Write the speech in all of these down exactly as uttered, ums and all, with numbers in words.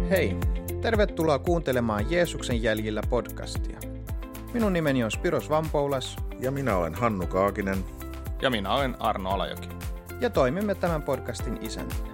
Hei, tervetuloa kuuntelemaan Jeesuksen jäljillä podcastia. Minun nimeni on Spiros Vampoulas. Ja minä olen Hannu Kaakinen. Ja minä olen Arno Alajoki. Ja toimimme tämän podcastin isäntinä.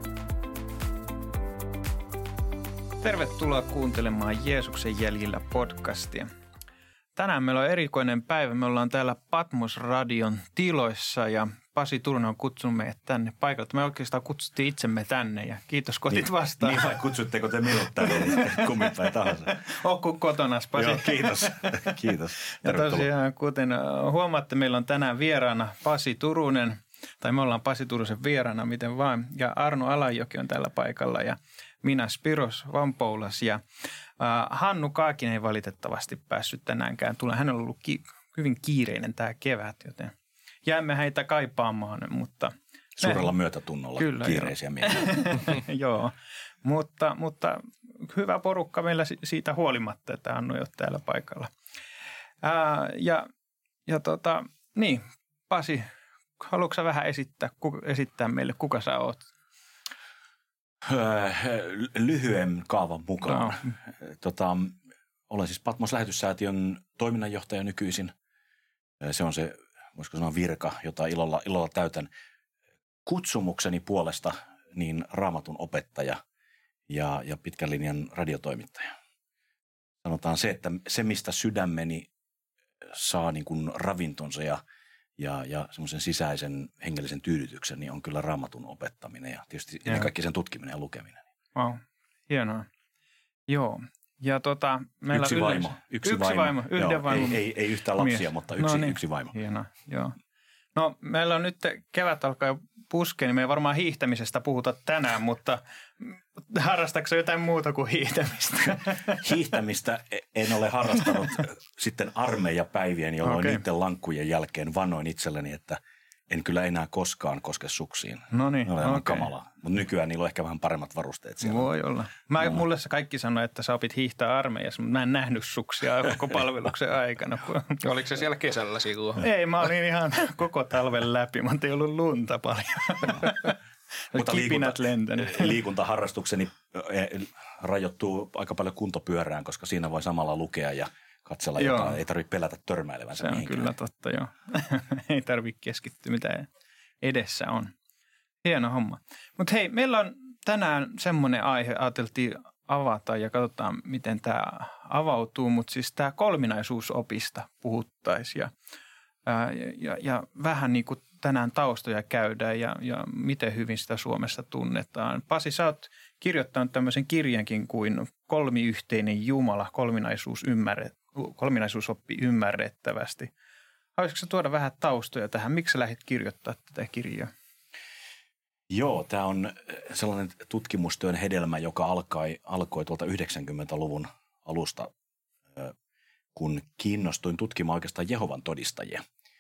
Tervetuloa kuuntelemaan Jeesuksen jäljillä podcastia. Tänään meillä on erikoinen päivä. Me ollaan täällä Patmos Radion tiloissa ja Pasi Turunen on kutsunut meidät tänne paikalle. Me oikeastaan kutsuttiin itsemme tänne ja kiitos kun otit vastaan. Niin vai kutsutteko te minut tänne kumminpäin tahansa? Ootko kotonas, Pasi? Joo, kiitos. Kiitos. Ja tosiaan, kuten huomaatte, meillä on tänään vieraana Pasi Turunen, tai me ollaan Pasi Turusen vieraana, miten vaan. Ja Arno Alajoki on tällä paikalla ja minä Spiros Vampoulas ja äh, Hannu Kaakinen ei valitettavasti päässyt tänäänkään tulla. Hän on ollut ki- hyvin kiireinen tämä kevät, joten jäämme heitä kaipaamaan, mutta suurella myötätunnolla kyllä, kiireisiä miehiä. Joo, mutta, mutta hyvä porukka meillä siitä huolimatta, että Hannu ei ole täällä paikalla. Ää, ja ja tota, niin, Pasi, haluatko sä vähän esittää, esittää meille, kuka sä oot? Lyhyen kaavan mukaan. No. Tota, olen siis Patmos Lähetyssäätiön toiminnanjohtaja nykyisin. Se on se, voisiko sanoa virka, jota ilolla, ilolla täytän. Kutsumukseni puolesta niin raamatun opettaja ja, ja pitkän linjan radiotoimittaja. Sanotaan se, että se mistä sydämeni saa niin kuin ravintonsa ja, ja, ja semmoisen sisäisen hengellisen tyydytyksen, niin on kyllä raamatun opettaminen ja tietysti ennen kaikkea sen tutkiminen ja lukeminen. Wow, hienoa. Joo. Ja tota, meillä yksi yleensä, vaimo. Yksi, yksi vaimo. vaimo. Yhden Joo, vaimo. Ei, ei, ei yhtään lapsia, mies. mutta yksi, no niin, yksi vaimo. Hienoa, joo. No meillä on nyt kevät alkaa jo puskea, niin me ei varmaan hiihtämisestä puhuta tänään, mutta harrastatko sä jotain muuta kuin hiihtämistä? Hiihtämistä en ole harrastanut sitten armeijapäivien, jolloin okay. niiden lankkujen jälkeen vannoin itselleni, että en kyllä enää koskaan koske suksiin. No niin, okei. Okay. Kamalaa. Mutta nykyään niillä on ehkä vähän paremmat varusteet siellä. Voi olla. Mä, no. Mulle se kaikki sanoi, että sä opit hiihtää armeijassa, mutta mä en nähnyt suksia koko palveluksen aikana. Oliko se siellä kesällä silloin? Ei, mä olin ihan koko talven läpi. Mä ei ollut lunta paljon. Mutta kipinät lentänyt. Liikuntaharrastukseni rajoittuu aika paljon kuntopyörään, koska siinä voi samalla lukea ja katsella joo. jotain. Ei tarvitse pelätä törmäilevänsä se on mihinkään. Kyllä totta, joo. Ei tarvitse keskittyä, mitä edessä on. Hieno homma. Mutta hei, meillä on tänään semmoinen aihe, ajateltiin avata ja katsotaan, miten tämä avautuu. Mutta siis tämä kolminaisuusopista puhuttaisiin ja, ja, ja, ja vähän niin kuin tänään taustoja käydään ja, ja miten hyvin sitä Suomessa tunnetaan. Pasi, sä oot kirjoittanut tämmöisen kirjankin kuin Kolmiyhteinen Jumala, kolminaisuus ymmärret, kolminaisuusoppi ymmärrettävästi. Haluaisitko sä tuoda vähän taustoja tähän? Miksi sä lähdit kirjoittaa tätä kirjaa? Joo, tämä on sellainen tutkimustyön hedelmä, joka alkoi, alkoi tuolta yhdeksänkymmentäluvun alusta, kun kiinnostuin tutkimaan oikeastaan Jehovan todistajia.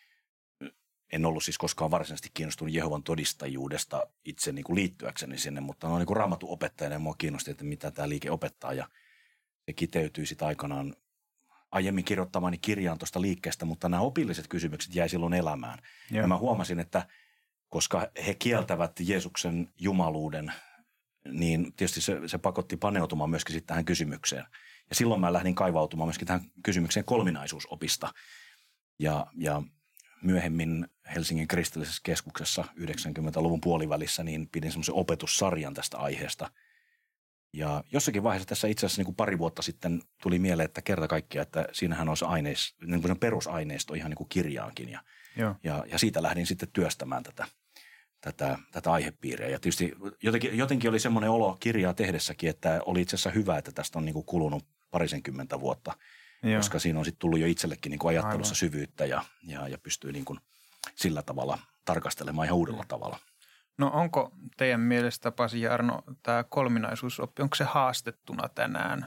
En ollut siis koskaan varsinaisesti kiinnostunut Jehovan todistajuudesta itse niin kuin liittyäkseni sinne, mutta no, niin kuin raamatun opettajana mua kiinnosti, että mitä tämä liike opettaa ja se kiteytyi sitten aikanaan aiemmin kirjoittamani kirjaan tuosta liikkeestä, mutta nämä opilliset kysymykset jäi silloin elämään. Joo. Ja mä huomasin, että koska he kieltävät Jeesuksen jumaluuden, niin tietysti se, se pakotti paneutumaan myöskin sitten tähän kysymykseen. Ja silloin mä lähdin kaivautumaan myöskin tähän kysymykseen kolminaisuusopista. Ja, ja myöhemmin Helsingin kristillisessä keskuksessa yhdeksänkymmentäluvun puolivälissä niin pidin semmoisen opetussarjan tästä aiheesta. Ja jossakin vaiheessa tässä itse asiassa niin kuin pari vuotta sitten tuli mieleen, että kerta kaikkiaan, että siinähän on se, aineis, niin kuin se perusaineisto ihan niin kuin kirjaankin. Ja, ja, ja siitä lähdin sitten työstämään tätä, tätä, tätä aihepiiriä. Ja tietysti jotenkin, jotenkin oli semmoinen olo kirjaa tehdessäkin, että oli itse asiassa hyvä, että tästä on niin kuin kulunut parisenkymmentä vuotta. Joo. Koska siinä on sitten tullut jo itsellekin niin kuin ajattelussa Aivan. syvyyttä ja, ja, ja pystyy niin kuin sillä tavalla tarkastelemaan ihan uudella tavalla. No onko teidän mielestä, Pasi ja Arno, tämä kolminaisuusoppi, onko se haastettuna tänään?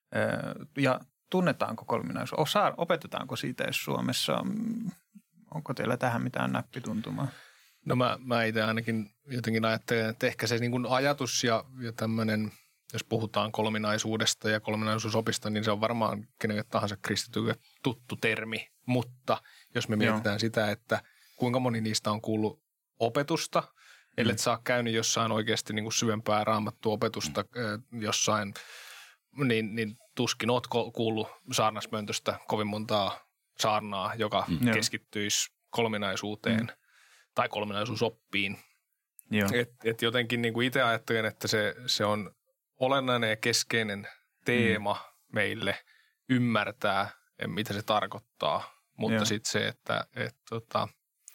Ja tunnetaanko kolminaisuus? Osaa, opetetaanko siitä edes Suomessa? Onko teillä tähän mitään näppituntumaa? No mä, mä itse ainakin jotenkin ajattelen, että ehkä se niin kuin ajatus ja, ja tämmöinen, jos puhutaan kolminaisuudesta ja kolminaisuusopista, niin se on varmaan kenelle tahansa kristitylle tuttu termi. Mutta jos me mietitään Joo. sitä, että kuinka moni niistä on kuullut opetusta, ellei mm. saa käynyt jossain oikeasti niin kuin syvempää raamattua opetusta mm. jossain niin, niin tuskin oot kuullut saarnasmöntöstä kovin montaa saarnaa, joka mm. keskittyisi kolminaisuuteen mm. tai kolminaisuusoppiin. Et, et jotenkin niin kuin itse ajattelen, että se, se on olennainen ja keskeinen teema mm. meille ymmärtää, mitä se tarkoittaa. Mutta sitten se, että et, tota,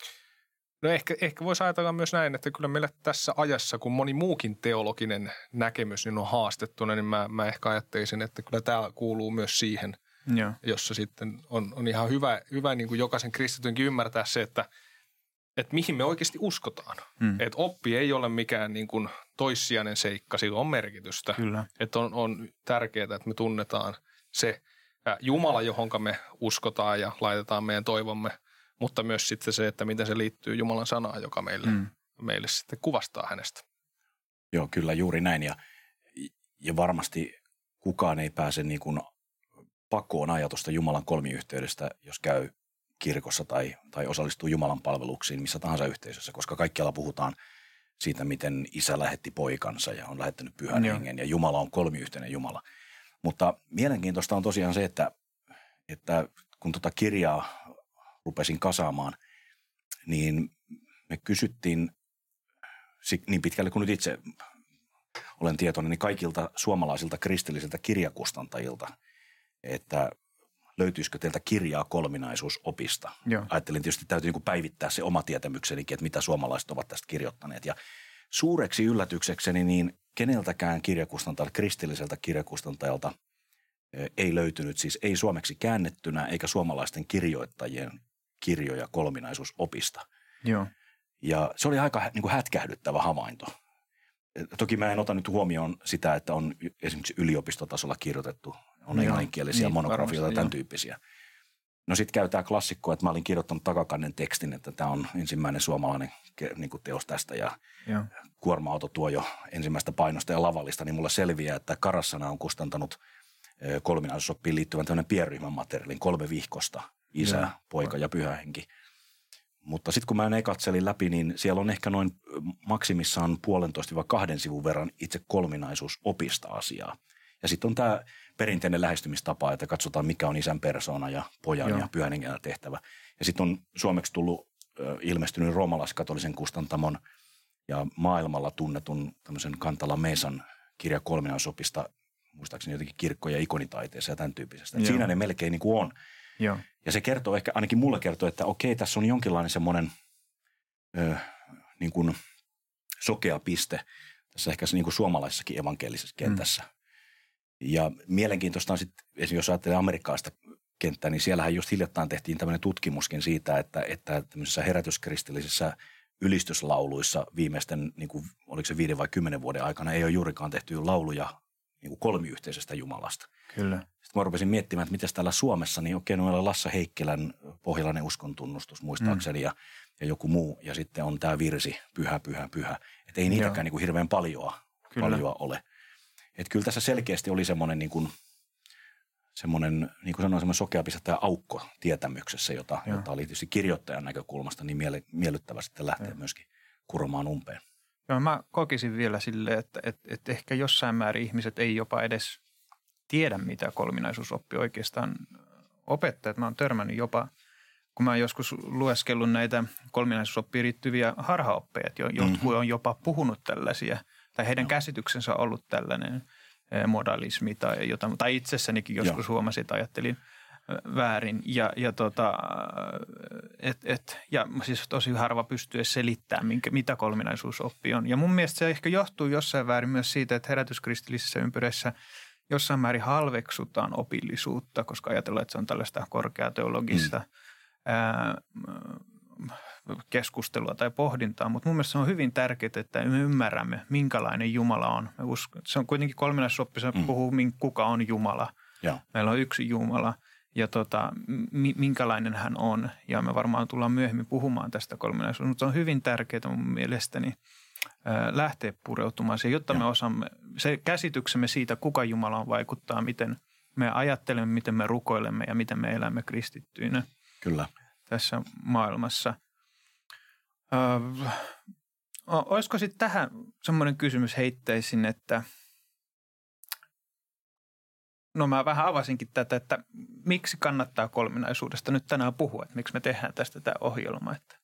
no ehkä, ehkä voisi ajatella myös näin, että kyllä meillä tässä ajassa, kun moni muukin teologinen näkemys niin on haastettuna, niin mä, mä ehkä ajattelisin, että kyllä tämä kuuluu myös siihen, ja. jossa sitten on, on ihan hyvä, hyvä niin kuin jokaisen kristitynkin ymmärtää se, että että mihin me oikeasti uskotaan. Mm. Että oppi ei ole mikään niin kuin toissijainen seikka, sillä on merkitystä. Kyllä. Että on, on tärkeää, että me tunnetaan se Jumala, johonka me uskotaan ja laitetaan meidän toivomme, mutta myös sitten se, että miten se liittyy Jumalan sanaan, joka meille, mm. meille sitten kuvastaa hänestä. Joo, kyllä juuri näin. Ja, ja varmasti kukaan ei pääse niin kuin pakoon ajatusta Jumalan kolmiyhteydestä, jos käy kirkossa tai, tai osallistuu Jumalan palveluksiin missä tahansa yhteisössä, koska kaikkialla puhutaan siitä, miten isä lähetti poikansa ja on lähettänyt pyhän Joo. hengen ja Jumala on kolmiyhteinen Jumala. Mutta mielenkiintoista on tosiaan se, että, että kun tuota kirjaa rupesin kasaamaan, niin me kysyttiin niin pitkälle kuin nyt itse olen tietoinen, niin kaikilta suomalaisilta kristillisiltä kirjakustantajilta, että löytyisikö teiltä kirjaa kolminaisuusopista. Joo. Ajattelin tietysti, täytyy niin kuin päivittää se oma tietämyksenikin, että mitä suomalaiset ovat tästä kirjoittaneet. Ja suureksi yllätyksekseni niin keneltäkään kirjakustantajalta, kristilliseltä kirjakustantajalta ei löytynyt, siis ei suomeksi käännettynä eikä suomalaisten kirjoittajien kirjoja kolminaisuusopista. Joo. Ja se oli aika niin kuin hätkähdyttävä havainto. Toki mä en ota nyt huomioon sitä, että on esimerkiksi yliopistotasolla kirjoitettu, on englanninkielisiä niin, monografioita ja tämän tyyppisiä. No sitten käy tämä klassikko, että mä olin kirjoittanut takakannen tekstin, että tämä on ensimmäinen suomalainen niin kuin teos tästä ja, ja kuorma-auto tuo jo ensimmäistä painosta ja lavallista, niin mulla selviää, että Karassana on kustantanut kolminaisuusoppiin liittyvän tämmöinen pienryhmän materiaalin kolme vihkosta, isä, ja poika ja pyhä henki. Mutta sitten kun mä ne katselin läpi, niin siellä on ehkä noin maksimissaan puolentoista kahden sivun verran itse kolminaisuusopista asiaa. Ja sitten on tämä perinteinen lähestymistapa, että katsotaan mikä on isän persoona ja pojan Joo. ja pyhän hengen tehtävä. Ja sitten on suomeksi tullut ö, ilmestynyt roomalaiskatolisen kustantamon ja maailmalla tunnetun tämmöisen Kantala Mesan kirja kolminaisuusopista, muistaakseni jotenkin kirkko- ja ikonitaiteessa ja tämän tyyppisestä. Siinä ne melkein niin kuin on. Joo. Ja se kertoo ehkä, ainakin mulle kertoo, että okei, tässä on jonkinlainen semmoinen ö, niin kuin sokea piste tässä ehkä niin kuin suomalaisessakin evankelisessa kentässä. Mm. Ja mielenkiintoista on sitten, esimerkiksi jos ajattelee amerikkalaista kenttää, niin siellähän just hiljattain tehtiin tämmöinen tutkimuskin siitä, että, että tämmöisissä herätyskristillisissä ylistyslauluissa viimeisten, niin kuin, oliko se viiden vai kymmenen vuoden aikana, ei ole juurikaan tehty lauluja niin kuin kolmiyhteisestä Jumalasta. Kyllä. Sitten mä rupesin miettimään, että miten täällä Suomessa, niin okei, no meillä on Lassa Heikkilän pohjalainen uskontunnustus muistaakseni mm. ja, ja joku muu. Ja sitten on tämä virsi, pyhä, pyhä, pyhä. Että ei niitäkään niin kuin hirveän paljoa, paljoa ole. Että kyllä tässä selkeästi oli semmoinen, niin kuin, semmoinen, niin kuin sanoin, semmoinen sokea piste tämä aukko tietämyksessä, jota, jota oli tietysti kirjoittajan näkökulmasta niin miele, miellyttävä sitten lähteä Joo. myöskin kuromaan umpeen. Joo, mä kokisin vielä silleen, että, että, että ehkä jossain määrin ihmiset ei jopa edes tiedä, mitä kolminaisuusoppi oikeastaan opettaa. Että mä oon törmännyt jopa, kun mä oon joskus lueskellut näitä kolminaisuusoppiin riittyviä harhaoppeja, että jotkut mm-hmm. on jopa puhunut tällaisia, tai heidän no. käsityksensä on ollut tällainen modalismi tai jotain, tai itsessänikin joskus Joo. huomasin, että ajattelin väärin. Ja, ja, tota, et, et, ja siis tosi harva pystyy selittämään, minkä, mitä kolminaisuusoppi on. Ja mun mielestä se ehkä johtuu jossain väärin myös siitä, että herätyskristillisissä ympyröissä jossain määrin halveksutaan opillisuutta, koska ajatellaan, että se on tällaista korkeateologista mm. ää, keskustelua tai pohdintaa. Mutta mun mielestä se on hyvin tärkeää, että me ymmärrämme, minkälainen Jumala on. Me uskon, se on kuitenkin kolminaisuusoppi, se mm. puhuu, kuka on Jumala. Ja. Meillä on yksi Jumala. Ja tota, minkälainen hän on. Ja me varmaan tullaan myöhemmin puhumaan tästä kolminaisuudesta. Mutta se on hyvin tärkeää mun mielestäni ää, lähteä pureutumaan siihen, jotta ja. me osaamme, se käsityksemme siitä, kuka Jumala on, vaikuttaa, miten me ajattelemme, miten me rukoilemme ja miten me elämme kristittyinä Kyllä. tässä maailmassa. Öö, olisiko sitten tähän semmoinen kysymys heittäisin, että no mä vähän avasinkin tätä, että miksi kannattaa kolminaisuudesta nyt tänään puhua, että miksi me tehdään tästä tämä ohjelma. Että.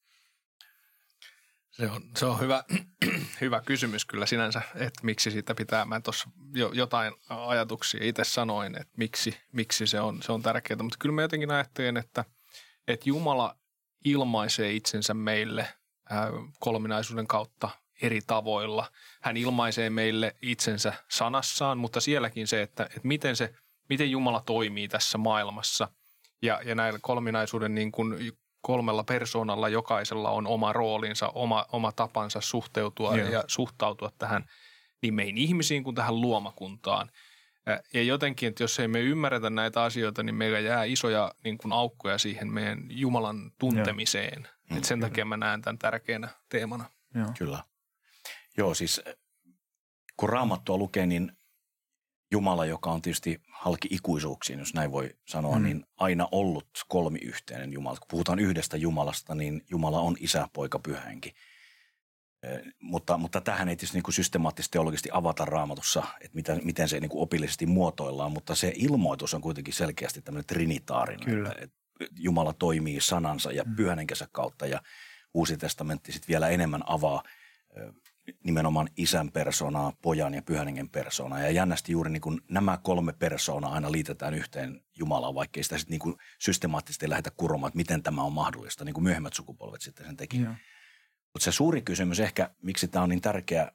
Se on, se on hyvä, hyvä kysymys kyllä sinänsä, että miksi siitä pitää, mä tuossa jo, jotain ajatuksia itse sanoin, että miksi, miksi se on, se on tärkeää, mutta kyllä mä jotenkin ajattelen, että, että Jumala ilmaisee itsensä meille ää, kolminaisuuden kautta eri tavoilla. Hän ilmaisee meille itsensä sanassaan, mutta sielläkin se, että, että miten, se, miten Jumala toimii tässä maailmassa ja, ja näillä kolminaisuuden niin kuin kolmella persoonalla jokaisella on oma roolinsa, oma, oma tapansa suhteutua Joo. ja suhtautua tähän niin meihin ihmisiin kuin tähän luomakuntaan. Ja jotenkin, että jos ei me ymmärretä näitä asioita, niin meillä jää isoja niin kuin aukkoja siihen meidän Jumalan tuntemiseen. Mm, että sen kyllä. takia mä näen tämän tärkeänä teemana. Joo. Kyllä. Joo, siis kun Raamattua lukee, niin Jumala, joka on tietysti halki ikuisuuksiin, jos näin voi sanoa, mm. niin aina ollut kolmiyhteinen Jumala. Kun puhutaan yhdestä Jumalasta, niin Jumala on Isä, Poika, Pyhä Henki. Eh, mutta, mutta tähän ei tietysti niin kuin systemaattisesti teologisesti avata Raamatussa, että miten, miten se niin kuin opillisesti muotoillaan, mutta se ilmoitus on kuitenkin selkeästi tämmöinen trinitaarinen. Että, että Jumala toimii sanansa ja mm. Pyhän Henkensä kautta ja Uusi testamentti sitten vielä enemmän avaa eh, nimenomaan Isän persoonaa, Pojan ja Pyhän Hengen persoonaa. Ja jännästi juuri niin kuin nämä kolme persoonaa aina liitetään yhteen Jumalaan, vaikkei sitä sitten niin kuin systemaattisesti lähdetä kuromaan, että miten tämä on mahdollista, niin kuin myöhemmät sukupolvet sitten sen teki. Mutta se suuri kysymys ehkä, miksi tämä on niin tärkeä,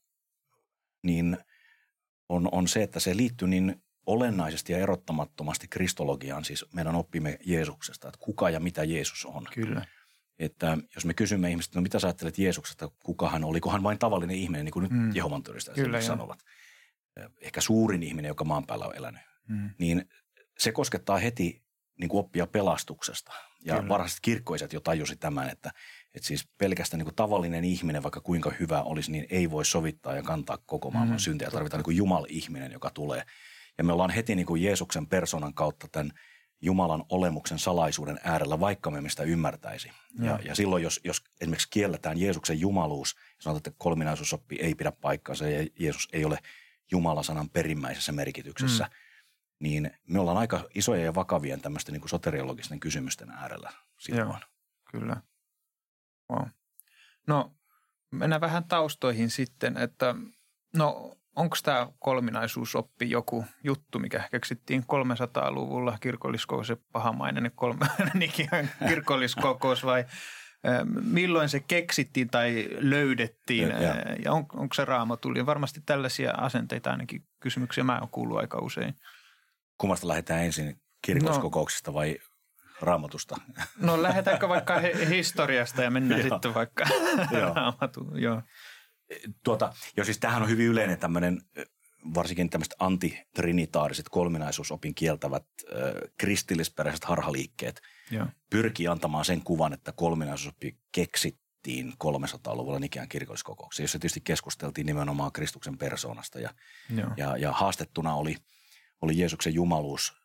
niin on, on se, että se liittyy niin olennaisesti ja erottamattomasti kristologiaan, siis meidän oppimme Jeesuksesta, että kuka ja mitä Jeesus on. Kyllä. Että jos me kysymme ihmistä, no mitä sä ajattelet Jeesuksesta, kuka hän oli, oliko hän vain tavallinen ihminen, niin kuin mm. nyt Jehovan todistajat sanovat. Ehkä suurin ihminen, joka maan päällä on elänyt. Mm. Niin se koskettaa heti niin kuin oppia pelastuksesta. Ja Kyllä. varhaiset kirkkoiset jo tajusi tämän, että, että siis pelkästään niin kuin tavallinen ihminen, vaikka kuinka hyvä olisi, niin ei voi sovittaa ja kantaa koko maailman mm. syntejä. Tarvitaan niin kuin Jumal-ihminen, joka tulee. Ja me ollaan heti niin kuin Jeesuksen persoonan kautta tämän Jumalan olemuksen salaisuuden äärellä, vaikka me emme sitä ymmärtäisi. Ja, ja silloin, jos, jos esimerkiksi kielletään Jeesuksen jumaluus, ja sanotaan, että kolminaisuusoppi ei pidä paikkaansa ja Jeesus ei ole Jumala-sanan perimmäisessä merkityksessä, mm. niin me ollaan aika isoja ja vakavien tämmöisten niin kuin soteriologisten kysymysten äärellä silloin. Joo, kyllä. Wow. No, mennään vähän taustoihin sitten, että no onko tämä kolminaisuusoppi joku juttu, mikä keksittiin kolmesataaluvulla kirkolliskokous, se pahamainen kolme, kirkolliskokous vai milloin se keksittiin tai löydettiin ja, ja. ja on, onko se Raamatulli? Varmasti tällaisia asenteita ainakin kysymyksiä mä oon kuullut aika usein. Kummasta lähdetään ensin kirkolliskokouksesta no, vai Raamatusta? No lähdetäänkö vaikka he, historiasta ja mennään sitten vaikka Raamatuun, joo. Tuota, jo siis tämähän on hyvin yleinen tämmöinen, varsinkin tämmöiset antitrinitaariset kolminaisuusopin kieltävät äh, kristillisperäiset harhaliikkeet Joo. pyrkii antamaan sen kuvan, että kolminaisuusoppi keksittiin kolmesataaluvulla Nikean kirkolliskokouksessa, jossa tietysti keskusteltiin nimenomaan Kristuksen persoonasta ja, ja, ja haastettuna oli, oli Jeesuksen jumaluus,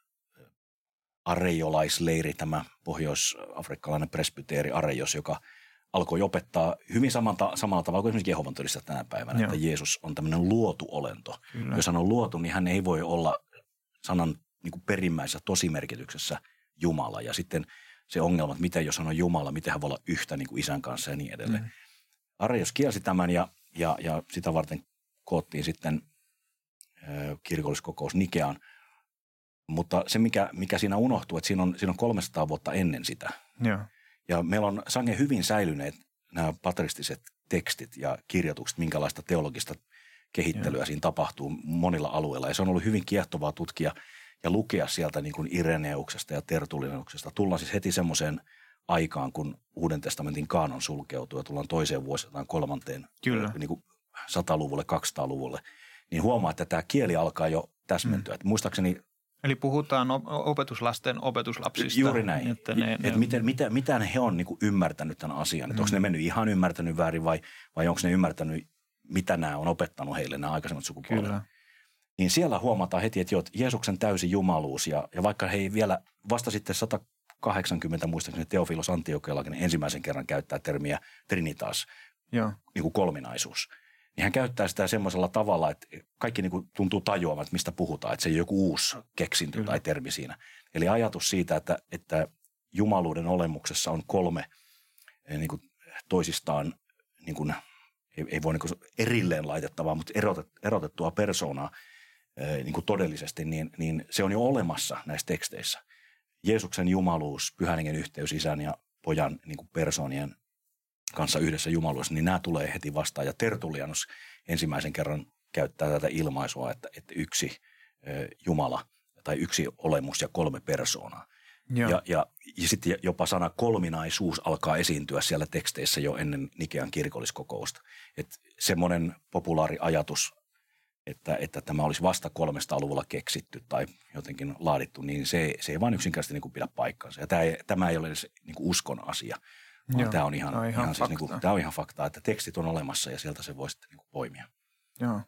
areiolaisleiri, tämä pohjois-afrikkalainen presbyteeri Areios, joka alkoi opettaa hyvin samanta, samalla tavalla kuin esimerkiksi Jehovan todistajat tänä päivänä, Joo. että Jeesus on tämmöinen luotu olento. Kyllä. Jos hän on luotu, niin hän ei voi olla sanan niin kuin perimmäisessä tosimerkityksessä Jumala. Ja sitten se ongelma, että miten jos hän on Jumala, miten hän voi olla yhtä niin kuin Isän kanssa ja niin edelleen. Mm. Areios kielsi tämän ja, ja, ja sitä varten koottiin sitten äh, kirkolliskokous Nikeaan. Mutta se, mikä, mikä siinä unohtuu, että siinä on, siinä on kolmesataa vuotta ennen sitä. Joo. Ja meillä on sangen hyvin säilyneet nämä patristiset tekstit ja kirjoitukset, minkälaista teologista kehittelyä Joo. siinä tapahtuu monilla alueilla. Ja se on ollut hyvin kiehtovaa tutkia ja lukea sieltä niin kuin Ireneuksesta ja Tertullineuksesta. Tullaan siis heti semmoiseen aikaan, kun Uuden testamentin kaanon sulkeutuu ja tullaan toiseen vuosisataan kolmanteen niin kuin sataluvulle, kaksisataaluvulle. Niin huomaa, että tämä kieli alkaa jo täsmentyä. Mm. Muistaakseni Eli puhutaan opetuslasten opetuslapsista. Juuri näin. Että ne, et ne... Miten, mitä, mitä he on niin kuin ymmärtänyt tämän asian? Mm. Onko ne mennyt ihan ymmärtänyt väärin vai, vai onko ne ymmärtänyt, mitä nämä on opettanut heille, nämä aikaisemmat sukupolvet? Kyllä. Niin siellä huomataan heti, että, jo, että Jeesuksen täysi jumaluus ja, ja vaikka he ei vielä vasta sitten sata kahdeksankymmentä muistaakseni Teofilos Antiokialainen ensimmäisen kerran käyttää termiä trinitas, Joo. niin kuin kolminaisuus. niin hän käyttää sitä semmoisella tavalla, että kaikki niin kuin tuntuu tajuamaan, että mistä puhutaan, että se ei ole joku uusi keksintö tai termi siinä. Eli ajatus siitä, että, että jumaluuden olemuksessa on kolme niin kuin toisistaan, niin kuin, ei, ei voi niin kuin erilleen laitettavaa, mutta erotet, erotettua persoonaa niin kuin todellisesti, niin, niin se on jo olemassa näissä teksteissä. Jeesuksen jumaluus, Pyhän Hengen yhteys isän ja pojan niin kuin persoonien kanssa yhdessä jumaluudessa, niin nämä tulee heti vastaan. Ja Tertullianus ensimmäisen kerran käyttää tätä ilmaisua, että, että yksi Jumala tai yksi olemus ja kolme persoonaa. Ja, ja, ja sitten jopa sana kolminaisuus alkaa esiintyä siellä teksteissä jo ennen Nikean kirkolliskokousta. Että semmoinen populaari ajatus, että, että tämä olisi vasta kolmestaluvulla keksitty tai jotenkin laadittu, niin se, se ei vaan yksinkertaisesti niin kuin pidä paikkaansa. Ja tämä ei, tämä ei ole edes niin kuin uskon asia, vaan Joo, tämä on ihan, ihan, ihan, siis niin kuin, tämä on ihan faktaa, että tekstit on olemassa ja sieltä se voi sitten niin kuin poimia. Joo.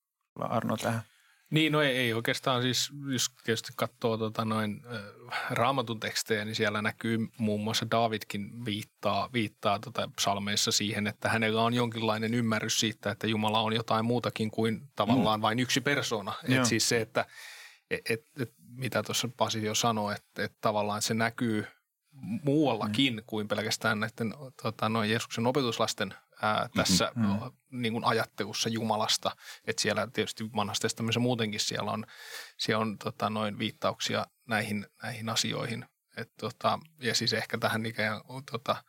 Arno tähän. Niin, no ei, ei oikeastaan siis, jos tietysti katsoo tota noin äh, Raamatun tekstejä, niin siellä näkyy muun muassa Daavidkin viittaa, viittaa tota psalmeissa siihen, että hänellä on jonkinlainen ymmärrys siitä, että Jumala on jotain muutakin kuin tavallaan mm. vain yksi persoona. Että siis se, että et, et, et, mitä tuossa Pasi jo sanoi, että et tavallaan se näkyy muuallakin mm. kuin pelkästään näiden tota, noin Jeesuksen opetuslasten ää, tässä mm. niin kuin ajattelussa Jumalasta. Että siellä tietysti vanhassa testamentissa muutenkin siellä on, siellä on tota, noin viittauksia näihin, näihin asioihin. Et, tota, ja siis ehkä tähän ikään tota,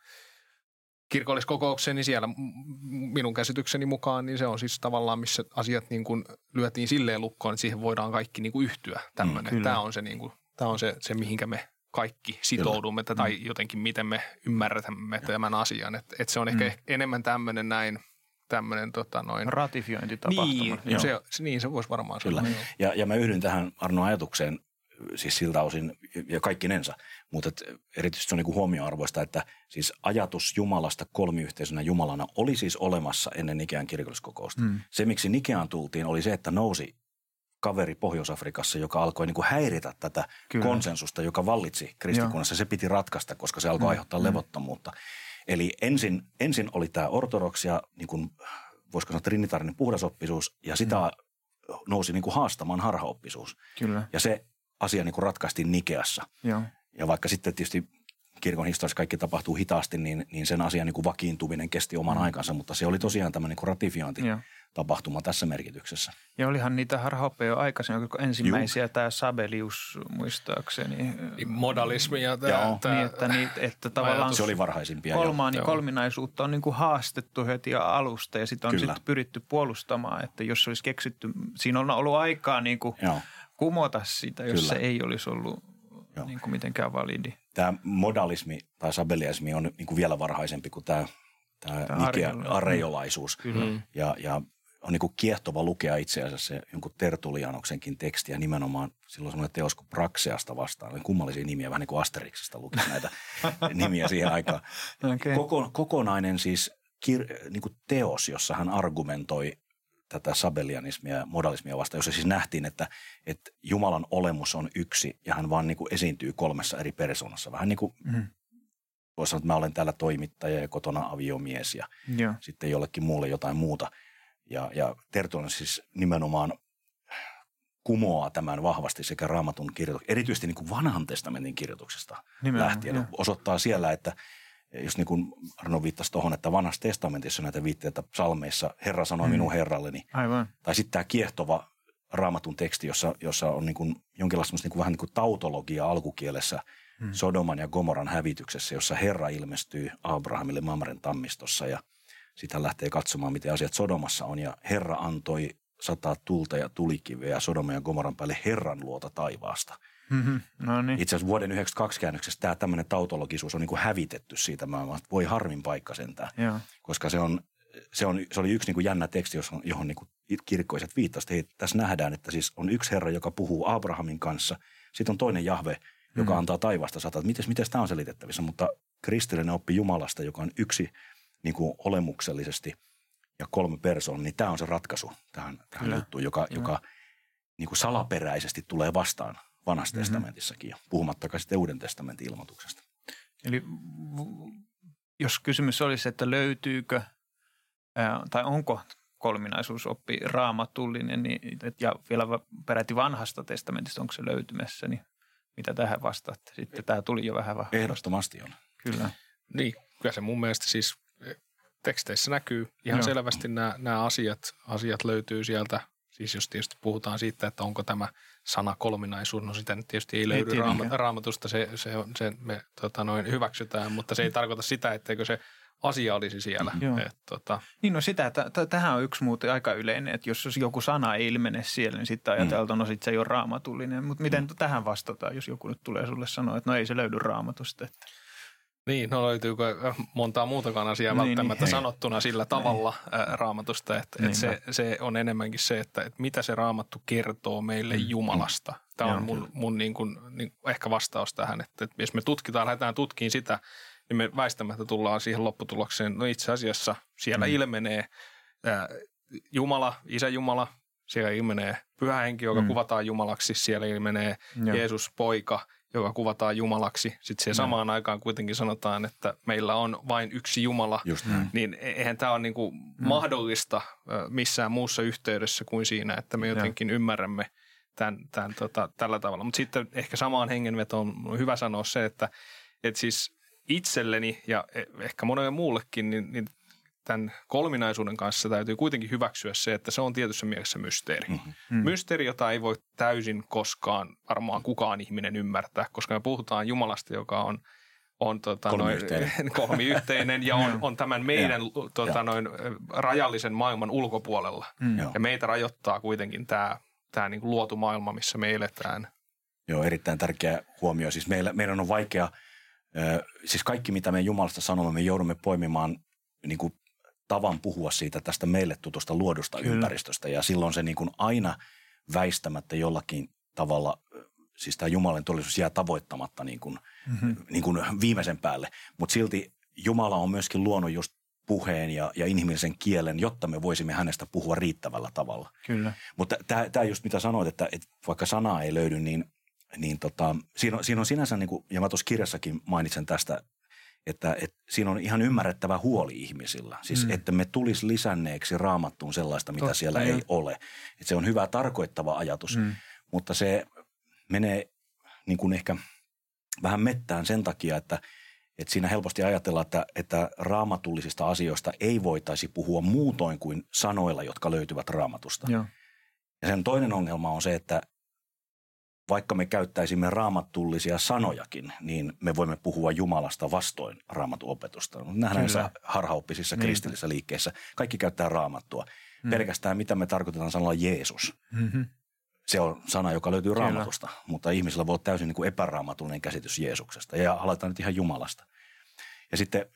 kirkolliskokoukseen, niin siellä minun käsitykseni mukaan, niin se on siis tavallaan, missä asiat niin kuin lyötiin silleen lukkoon, että siihen voidaan kaikki niin kuin yhtyä tämmöinen. Mm, Tämä on se, niin kuin, tämä on se, se mihinkä me kaikki sitoudumme Kyllä. tai jotenkin miten me ymmärrämme tämän asian. Että et se on ehkä mm. enemmän tämmöinen näin, tämmöinen tota noin. Ratifiointitapahtuma. Niin, se, niin se voisi varmaan Kyllä. sanoa. Ja, ja mä yhdyn tähän Arnon ajatukseen siis siltä osin ja kaikkinensa, mutta et erityisesti se on niin huomioarvoista, että siis ajatus Jumalasta kolmiyhteisönä Jumalana oli siis olemassa ennen Nikean kirkolliskokousta. Mm. Se, miksi Nikeaan tultiin, oli se, että nousi kaveri Pohjois-Afrikassa, joka alkoi niin kuin häiritä tätä Kyllä. konsensusta, joka vallitsi kristikunnassa. Se piti ratkaista, koska se alkoi mm. aiheuttaa mm. levottomuutta. Eli ensin, ensin oli tämä ortodoksia, niin kuin, voisiko sanoa trinitaarinen puhdasoppisuus, ja sitä mm. nousi niin kuin haastamaan harhaoppisuus. Kyllä. Ja se asia niin kuin ratkaistiin Nikeassa. Joo. Ja vaikka sitten tietysti kirkon historiassa kaikki tapahtuu hitaasti, niin, niin sen asian niin kuin vakiintuminen kesti oman mm. aikansa, mutta se oli tosiaan tämmöinen niin kuin ratifiointi. Joo. tapahtuma tässä merkityksessä. Ja olihan niitä harhaoppeja jo aikaisemmin, ensimmäisiä Juh. tämä Sabelius muistaakseni. Modalismi ja tämä. tämä niin, että, niitä, että tavallaan se oli varhaisimpia. Kolmaani kolminaisuutta on niin kuin haastettu heti alusta ja sitten on sitten pyritty puolustamaan, että jos olisi keksitty, siinä on ollut aikaa niin kuin kumota sitä, jos Kyllä. se ei olisi ollut niin kuin mitenkään validi. Tämä modalismi tai sabeliaismi on niin kuin vielä varhaisempi kuin tämä, tämä, tämä areiolaisuus. Ja, ja on niin kuin kiehtova lukea itse asiassa se jonkun Tertullianoksenkin tekstiä nimenomaan silloin semmoinen teos kuin Praxeasta vastaan. Oli kummallisia nimiä, vähän niin kuin Asteriksesta luki näitä nimiä siihen aikaan. Okay. Koko, kokonainen siis kir, niin kuin teos, jossa hän argumentoi tätä sabelianismia ja modalismia vastaan, jossa siis nähtiin, että, että Jumalan olemus on yksi ja hän vaan niin kuin esiintyy kolmessa eri persoonassa. Vähän niin kuin mm. voisi sanoa, että mä olen täällä toimittaja ja kotona aviomies ja yeah. sitten jollekin muulle jotain muuta. Ja, ja Tertullianus siis nimenomaan kumoaa tämän vahvasti sekä Raamatun kirjoituksen, erityisesti niin kuin vanhan testamentin kirjoituksesta Nimenomaan, lähtien. Ja. Osoittaa siellä, että jos niin kuin Arno viittasi tuohon, että vanhassa testamentissa näitä viitteitä psalmeissa Herra sanoi mm. minun herralleni. Aivan. Tai sitten tämä kiehtova Raamatun teksti, jossa, jossa on niin kuin jonkinlaista niin kuin vähän niin kuin tautologia alkukielessä mm. Sodoman ja Gomoran hävityksessä, jossa Herra ilmestyy Abrahamille Mamren tammistossa ja sitten hän lähtee katsomaan, miten asiat Sodomassa on. Ja Herra antoi sataa tulta ja tulikiveä Sodoman ja Gomoran päälle Herran luota taivaasta. Mm-hmm. No niin. Itse asiassa vuoden yhdeksänkymmentäkaksi käännöksessä tämä tämmöinen tautologisuus on niin kuin hävitetty siitä maailmaa. Voi harmin paikka sentään. Joo. Koska se, on, se, on, se oli yksi niin kuin jännä teksti, johon niin kuin kirkkoiset viittasivat. Hei, tässä nähdään, että siis on yksi Herra, joka puhuu Abrahamin kanssa. Sitten on toinen Jahve, joka mm. antaa taivaasta sataa. Miten, miten tämä on selitettävissä? Mutta kristillinen oppi Jumalasta, joka on yksi niin kuin olemuksellisesti ja kolme persoonaa, niin tämä on se ratkaisu tähän, tähän juttuun, joka, joka niin kuin salaperäisesti tulee vastaan vanhassa mm-hmm. testamentissakin, ja puhumattakaan sitten Uuden testamentin ilmoituksesta. Eli jos kysymys olisi, että löytyykö ää, tai onko kolminaisuusoppi raamatullinen niin, ja vielä peräti vanhasta testamentista, onko se löytymässä, niin mitä tähän vastaatte? Sitten tämä tuli jo vähän vahvasti. Ehdottomasti on. Kyllä. Niin, kyllä se mun mielestä siis teksteissä näkyy ihan Joo. selvästi nämä, nämä asiat, asiat löytyy sieltä. Siis jos tietysti puhutaan siitä, että onko tämä sana kolminaisuus, no sitä nyt tietysti ei löydy ei raama, raamatusta, se, se, on, se me tota, noin hyväksytään, mutta se ei tarkoita sitä, etteikö se asia olisi siellä. Et, tota. Niin no sitä, että t- tähän on yksi muuten aika yleinen, että jos joku sana ei ilmene siellä, niin sitten ajatellaan, mm. no sitten se ei ole raamatullinen. Mutta miten mm. tähän vastataan, jos joku nyt tulee sulle sanoa, että no ei se löydy raamatusta? Että. Niin, no löytyykö montaa muutakaan asiaa niin, välttämättä niin, sanottuna sillä tavalla ää, raamatusta, että et se, se on enemmänkin se, että et mitä se raamattu kertoo meille mm. Jumalasta. Tämä on mun, mun niin kuin, niin, ehkä vastaus tähän, että, että jos me tutkitaan, lähdetään tutkimaan sitä, niin me väistämättä tullaan siihen lopputulokseen. No itse asiassa siellä mm. ilmenee ää, Jumala, Isä Jumala, siellä ilmenee Pyhä Henki, joka mm. kuvataan Jumalaksi, siellä ilmenee Joo. Jeesus poika, joka kuvataan Jumalaksi. Sitten siihen samaan aikaan kuitenkin sanotaan, että meillä on vain yksi Jumala, niin eihän tämä ole niin kuin mm. mahdollista missään muussa yhteydessä kuin siinä, että me jotenkin ja. ymmärrämme tämän, tämän, tota, tällä tavalla. Mutta sitten ehkä samaan hengenvetoon on hyvä sanoa se, että, että siis itselleni ja ehkä monelle muullekin, niin, niin tämän kolminaisuuden kanssa täytyy kuitenkin hyväksyä se, että se on tietyssä mielessä mysteeri. Mm-hmm. Mysteeri, jota ei voi täysin koskaan varmaan kukaan ihminen ymmärtää, koska me puhutaan Jumalasta, joka on, on tota, kolmiyhteinen. Noin, kolmiyhteinen ja on, on tämän meidän tota, noin, rajallisen maailman ulkopuolella. Mm. Ja meitä rajoittaa kuitenkin tämä, tämä niin kuin luotu maailma, missä me eletään. Joo, erittäin tärkeä huomio. Siis meillä, meidän on vaikea, äh, siis kaikki mitä me Jumalasta sanomme, me joudumme poimimaan niin kuin tavan puhua siitä tästä meille tutusta luodusta Kyllä. ympäristöstä ja silloin se niin kuin aina väistämättä jollakin tavalla, siis tämä Jumalan todellisuus jää tavoittamatta niin kuin, mm-hmm. niin kuin viimeisen päälle, mutta silti Jumala on myöskin luonut just puheen ja, ja inhimillisen kielen, jotta me voisimme hänestä puhua riittävällä tavalla. Kyllä. Mutta tämä just mitä sanoit, että, että vaikka sanaa ei löydy, niin, niin tota, siinä, on, siinä on sinänsä, niin kuin, ja mä tuossa kirjassakin mainitsen tästä, Että, että siinä on ihan ymmärrettävä huoli ihmisillä. Siis, mm. että me tulisi lisänneeksi raamattuun sellaista, mitä Totta, siellä jo. ei ole. Että se on hyvä tarkoittava ajatus, mm. mutta se menee niin kuin ehkä vähän mettään sen takia, että, että siinä helposti ajatellaan, että, että raamatullisista asioista ei voitaisi puhua muutoin kuin sanoilla, jotka löytyvät raamatusta. Joo. Ja sen toinen ongelma on se, että vaikka me käyttäisimme raamattullisia sanojakin, niin me voimme puhua Jumalasta vastoin raamatun opetusta. Nähdään näissä harhaoppisissa kristillisissä liikkeissä. Kaikki käyttää raamattua. Mm. Pelkästään mitä me tarkoitetaan sanalla Jeesus. Mm-hmm. Se on sana, joka löytyy Kyllä. raamatusta, mutta ihmisillä voi olla täysin niin kuin epäraamatullinen käsitys Jeesuksesta. Ja aletaan nyt ihan Jumalasta. Ja sitten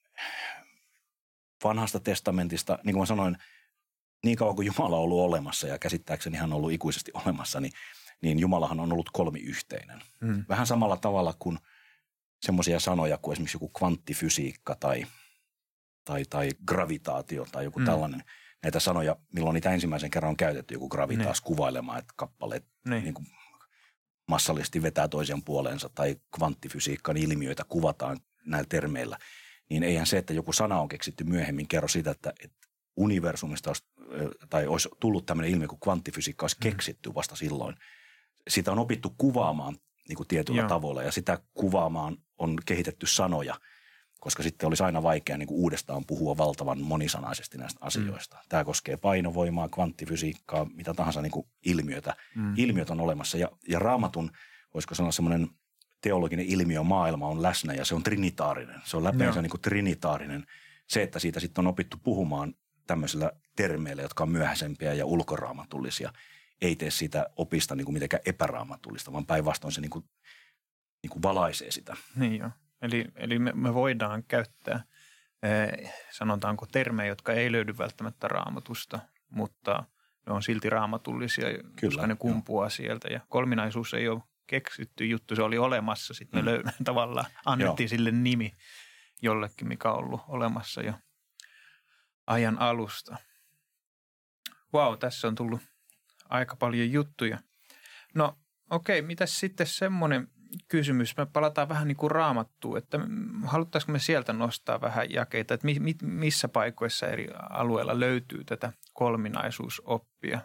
vanhasta testamentista, niin kuin mä sanoin, niin kauan kuin Jumala on ollut olemassa ja käsittääkseni hän on ollut ikuisesti olemassa, niin niin Jumalahan on ollut kolmiyhteinen. Mm. Vähän samalla tavalla kuin semmoisia sanoja kuin esimerkiksi joku kvanttifysiikka tai, tai, tai gravitaatio tai joku mm. tällainen. Näitä sanoja, milloin niitä ensimmäisen kerran on käytetty, joku gravitaas ne. kuvailemaan, että kappaleet niin kuin massallisesti vetää toisen puoleensa tai kvanttifysiikan ilmiöitä kuvataan näillä termeillä. Niin eihän se, että joku sana on keksitty myöhemmin, kerro sitä, että, että universumista olisi, tai olisi tullut tämmöinen ilmiö kuin kvanttifysiikka olisi mm. keksitty vasta silloin. Sitä on opittu kuvaamaan niin kuin tietyllä Joo. tavalla ja sitä kuvaamaan on kehitetty sanoja, koska sitten olisi aina vaikea niin kuin uudestaan puhua valtavan monisanaisesti näistä asioista. Mm. Tämä koskee painovoimaa, kvanttifysiikkaa, mitä tahansa niin kuin ilmiötä. Mm. Ilmiöt on olemassa ja, ja raamatun, voisiko sanoa semmoinen teologinen ilmiö maailma on läsnä ja se on trinitaarinen. Se on läpeensä niin kuin trinitaarinen. Se, että siitä sitten on opittu puhumaan tämmöisillä termeillä, jotka on myöhäisempiä ja ulkoraamatullisia, ei tee sitä opista niin kuin mitenkään epäraamatullista, vaan päinvastoin se niin kuin, niin kuin valaisee sitä. Niin joo. Eli, eli me, me voidaan käyttää, eh, sanotaanko termejä, jotka ei löydy välttämättä raamatusta, mutta ne on silti raamatullisia, Kyllä, koska ne kumpuaa jo. sieltä. Ja kolminaisuus ei ole keksitty juttu, se oli olemassa. Sitten me mm. löy- tavallaan annettiin joo. sille nimi jollekin, mikä on ollut olemassa jo ajan alusta. Vau, wow, tässä on tullut aika paljon juttuja. No okei, okay, mitäs sitten semmoinen kysymys? Me palataan vähän niin kuin Raamattuun, että haluttaisiko me sieltä nostaa vähän jakeita, että mi, mi, missä paikoissa eri alueilla löytyy tätä kolminaisuusoppia.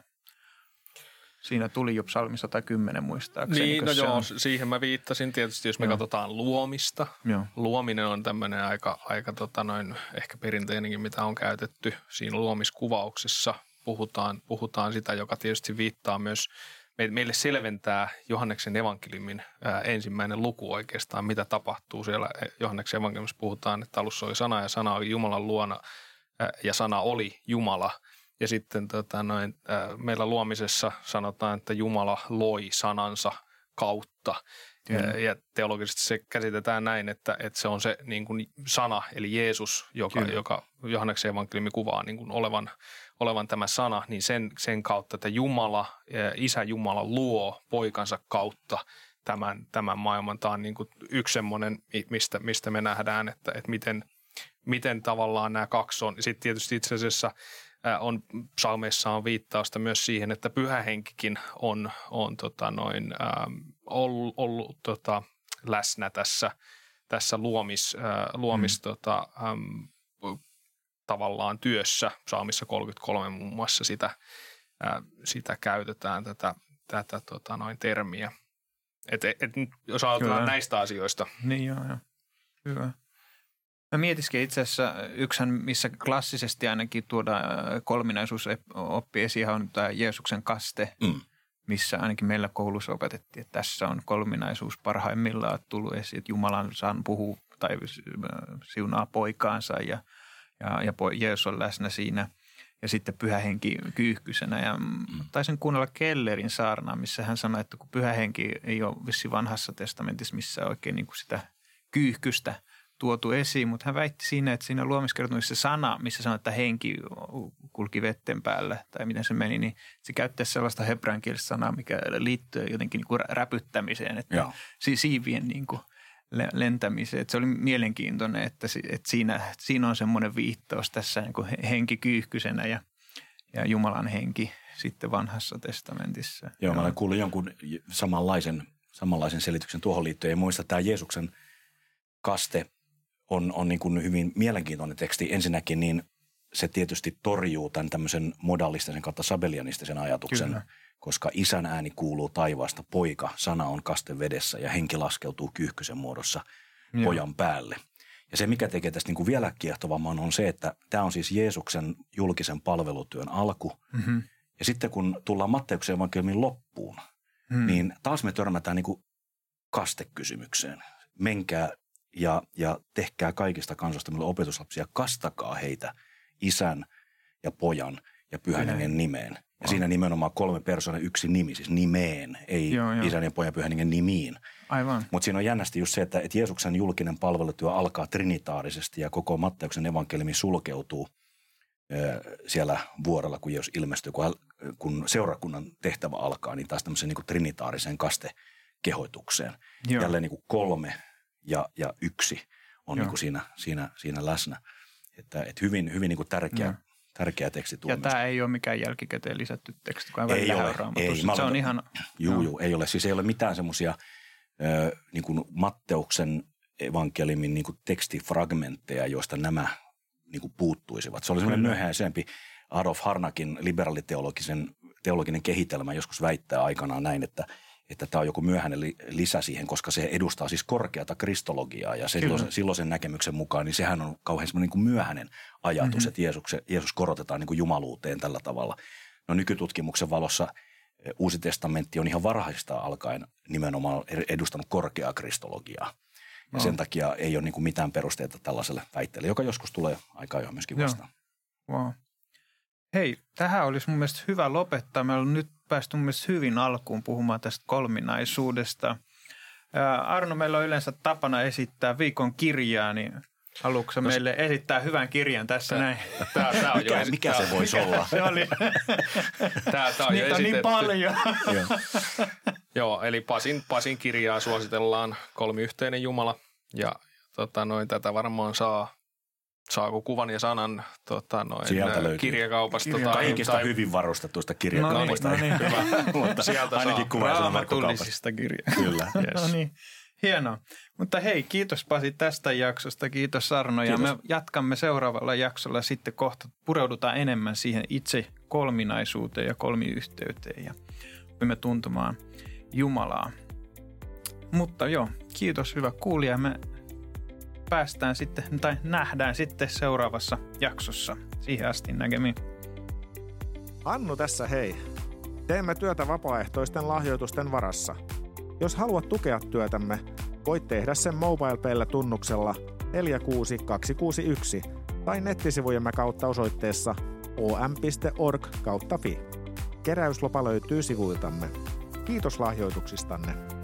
Siinä tuli jo psalmi sata kymmenen muistaakseni. Niin, no joo, on... siihen mä viittasin tietysti, jos me joo. katsotaan luomista. Joo. Luominen on tämmöinen aika, aika tota noin, ehkä perinteinenkin, mitä on käytetty siinä luomiskuvauksessa. Puhutaan, puhutaan sitä, joka tietysti viittaa myös, meille selventää Johanneksen evankeliumin ää, ensimmäinen luku oikeastaan, mitä tapahtuu siellä. Johanneksen evankeliumissa puhutaan, että alussa oli sana ja sana oli Jumalan luona ää, ja sana oli Jumala. Ja sitten tota, noin, ää, meillä luomisessa sanotaan, että Jumala loi sanansa kautta. Ja, ja teologisesti se käsitetään näin, että, että se on se niin kuin sana, eli Jeesus, joka, joka Johanneksen evankeliumi kuvaa niin kuin olevan, olevan tämä sana, niin sen, sen kautta, että Jumala, Isä Jumala luo poikansa kautta tämän, tämän maailman. Tämä on niin kuin yksi semmoinen, mistä, mistä me nähdään, että, että miten, miten tavallaan nämä kaksi on. Sitten tietysti itse asiassa on, psalmeissa on viittausta myös siihen, että Pyhä Henkikin on, on tota noin, ähm, ollut, ollut tota, läsnä tässä, tässä luomis, äh, luomis mm. tota, ähm, tavallaan työssä. Psalmissa kolmekymmentäkolme muun muassa sitä, äh, sitä käytetään tätä, tätä tota noin termiä. Et, et, et, jos ajatellaan näistä asioista. Niin joo, joo. Hyvä. Mä mietiskin itse asiassa yksihän, missä klassisesti ainakin tuoda kolminaisuusoppi esiin, on tämä Jeesuksen kaste, mm. missä ainakin meillä koulussa opetettiin, että tässä on kolminaisuus parhaimmillaan tullut esiin, että Jumalan saan puhua tai siunaa poikaansa ja, ja, ja Jeesus on läsnä siinä. Ja sitten Pyhä Henki kyyhkysenä. Ja mm. taisin kuunnella Kellerin saarnaa, missä hän sanoi, että kun Pyhä Henki ei ole vissi vanhassa testamentissa missään oikein niin kuin sitä kyyhkystä tuotu esiin, mutta hän väitti siinä, että siinä luomiskertomuksessa se sana, missä sanoi, että henki kulki vetten päällä, tai miten se meni, niin se käyttäisi sellaista hebreankielistä sanaa, mikä liittyy jotenkin niin kuin räpyttämiseen, että Joo. siivien niin kuin lentämiseen. Että se oli mielenkiintoinen, että, että siinä, siinä on semmoinen viittaus tässä niin kuin henki kyyhkysenä ja, ja Jumalan henki sitten vanhassa testamentissa. Joo, mä olen kuullut jonkun samanlaisen, samanlaisen selityksen tuohon liittyen. Ja muista tämä Jeesuksen kaste on, on niin kuin hyvin mielenkiintoinen teksti. Ensinnäkin niin se tietysti torjuu tämän tämmöisen modalistisen kautta sabelianistisen ajatuksen, Kyllä. koska isän ääni kuuluu taivaasta, poika, sana on kaste vedessä ja henki laskeutuu kyyhkysen muodossa Joo. pojan päälle. Ja se, mikä tekee tästä niin kuin vielä kiehtovamman, on se, että tämä on siis Jeesuksen julkisen palvelutyön alku. Mm-hmm. Ja sitten kun tullaan Matteuksen evankeliumin loppuun, mm. niin taas me törmätään niin kuin kastekysymykseen. Menkää ja, ja tehkää kaikista kansoista meille opetuslapsia, kastakaa heitä isän ja pojan ja pyhän hengen nimeen. Ja oh. siinä nimenomaan kolme persoonaa, yksi nimi, siis nimeen, ei joo, joo. isän ja pojan pyhän hengen nimiin. Aivan. Mutta siinä on jännästi just se, että, että Jeesuksen julkinen palvelutyö alkaa trinitaarisesti ja koko Matteuksen evankeliumi sulkeutuu ö, siellä vuorella, kun Jeesus ilmestyy. Kun, kun seurakunnan tehtävä alkaa, niin taas tämmöiseen niin kuin trinitaariseen kastekehoitukseen. Joo. Jälleen niin kuin kolme ja, ja yksi on niin kuin siinä, siinä, siinä läsnä. Että, että hyvin, hyvin niin kuin tärkeä, tärkeä teksti tuo. Ja myös. Tämä ei ole mikään jälkikäteen lisätty teksti, kun ei ole, ei. Se olen, on ihan... Juu, juu, ei ole. Siis ei ole mitään semmoisia niin kuin Matteuksen evankeliumin niin kuin tekstifragmentteja, joista nämä niin kuin puuttuisivat. Se oli semmoinen myöhäisempi Adolf Harnackin liberaaliteologisen teologinen kehitelmä joskus väittää aikanaan näin, että että tämä on joku myöhäinen lisä siihen, koska se edustaa siis korkeata kristologiaa ja silloin, silloin sen näkemyksen mukaan, niin sehän on kauhean semmoinen niin kuin myöhäinen ajatus, mm-hmm. että Jeesus, Jeesus korotetaan niin kuin jumaluuteen tällä tavalla. No nykytutkimuksen valossa Uusi testamentti on ihan varhaisesta alkaen nimenomaan edustanut korkeaa kristologiaa. Ja no. sen takia ei ole niin kuin mitään perusteita tällaiselle väitteelle, joka joskus tulee aika ajoin myöskin vastaan. Wow. Hei, tähän olisi mun mielestä hyvä lopettaa. Me ollaan nyt päästy mun mielestä hyvin alkuun puhumaan tästä kolminaisuudesta. Ää, Arno, meillä on yleensä tapana esittää viikon kirjaa, niin haluatko sä meille esittää hyvän kirjan tässä tää, näin? Tää, tää on mikä, jo mikä se voisi mikä olla? Se oli. tää, tää on Niitä jo on niin paljon. Joo. Joo, eli Pasin, Pasin kirjaa suositellaan Kolmiyhteinen Jumala ja tota, noin, tätä varmaan saa. Saako kuvan ja sanan tota, noin, kirjakaupasta? Kirja. Tai, Kaikista tai... hyvin varustetuista kirjakaupasta. No niin, no niin. Mutta sieltä ainakin kuvan ja sanan verkkokaupasta. Raamatullisista kirjaa. Kyllä. Yes. No niin. Hienoa. Mutta hei, kiitos Pasi tästä jaksosta. Kiitos Arno. Kiitos. Ja me jatkamme seuraavalla jaksolla sitten kohta. Pureudutaan enemmän siihen itse kolminaisuuteen ja kolmiyhteyteen ja voimme tuntumaan Jumalaa. Mutta joo, kiitos hyvä kuulija. Me päästään sitten tai nähdään sitten seuraavassa jaksossa. Siihen asti näkemiin. Annu tässä hei. Teemme työtä vapaaehtoisten lahjoitusten varassa. Jos haluat tukea työtämme, voit tehdä sen MobilePayllä tunnuksella neljä kuusi kaksi kuusi yksi tai nettisivujemme kautta osoitteessa o m piste org kautta fi. Keräyslopa löytyy sivuiltamme. Kiitos lahjoituksistanne.